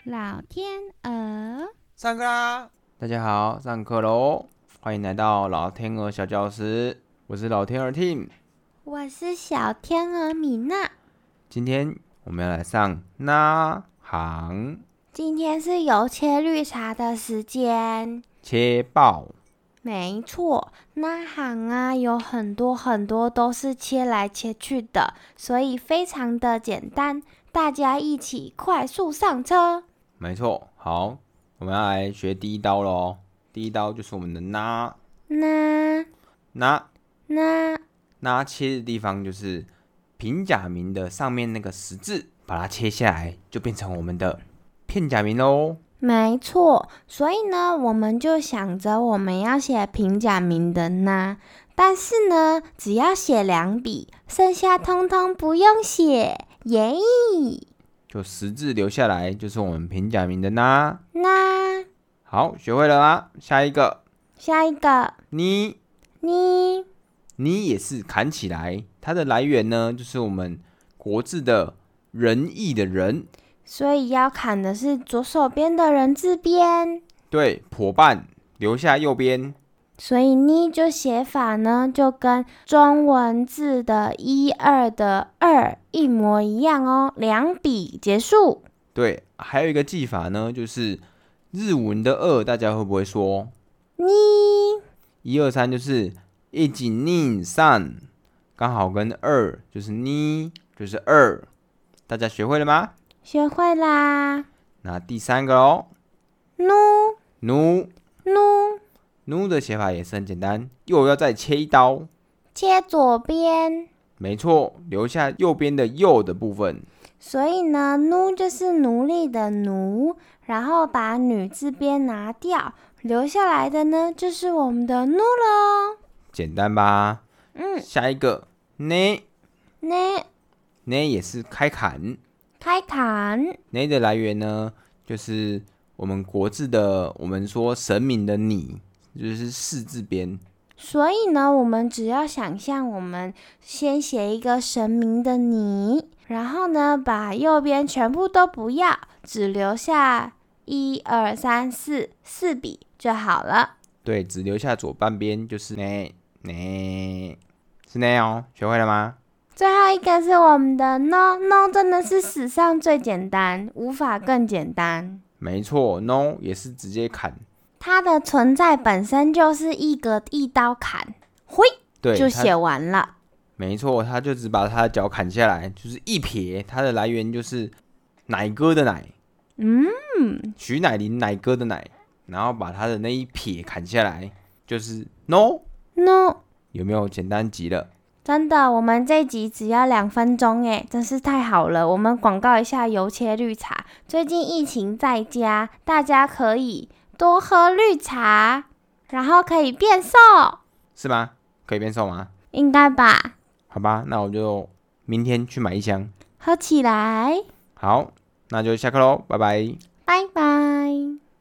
老天鹅， 上课啦！大家好，上课喽！欢迎来到老天鹅小教室，我是老天鹅 Tim， 我是小天鹅米娜。 今天我们要来上那行今天是油切绿茶的时间。 切爆， 没错，那行啊有很多都是切来切去的，所以非常的简单，大家一起快速上车。 没错。好，我们要来学第一刀咯。第一刀就是我们的那切的地方就是平假名的上面那个十字，把它切下来就变成我们的片假名咯。 没错，所以呢，我们就想着我们要写平假名的呢，但是呢，只要写2笔，剩下通通不用写，耶！ 就十字留下来，就是我们平假名的那。好，学会了吗？下一个你也是砍起来，它的来源呢，就是我们国字的仁义的仁， 所以要砍的是左手边的人字边。 对，破半留下右边， 所以你就写法呢，就跟中文字的1、2的2一模一样哦，2笔结束。 对，还有一个记法呢，就是日文的2，大家会不会说？ 你 1、2、3就是1、2、3，刚好跟2就是你，就是2，大家学会了吗？ 学会啦。 那第3个咯，奴的写法也是很简单，又要再切一刀， 切左边。 没错，留下右边的右的部分。 所以呢，奴就是奴隶的奴，然后把女字边拿掉，留下来的呢就是我们的奴咯。 简单吧？下一个呢也是开砍。呢的来源呢，就是我们国字的，我们说神明的你，就是士字边。 所以呢，我们只要想象我们先写一个神明的你，然后呢，把右边全部都不要，只留下1、2、3、4笔就好了。 对，只留下左半边，就是呢，是呢哦，学会了吗？ 最后一个是我们的 no 真的是史上最简单，无法更简单。 没错 ，no 也是直接砍。 它的存在本身就是一刀砍，挥， 对， 就写完了。 没错，他就只把他的脚砍下来，就是一撇。它的来源就是奶哥的奶，徐乃麟奶哥的奶，然后把他的那一撇砍下来，就是 no。有没有简单极了？ 真的，我们这集只要2分钟耶，真是太好了。我们广告一下油切绿茶，最近疫情在家，大家可以多喝绿茶，然后可以变瘦， 是吗？可以变瘦吗？ 应该吧。 好吧，那我就明天去买1箱。 喝起来。 好，那就下课喽，拜拜。 拜拜。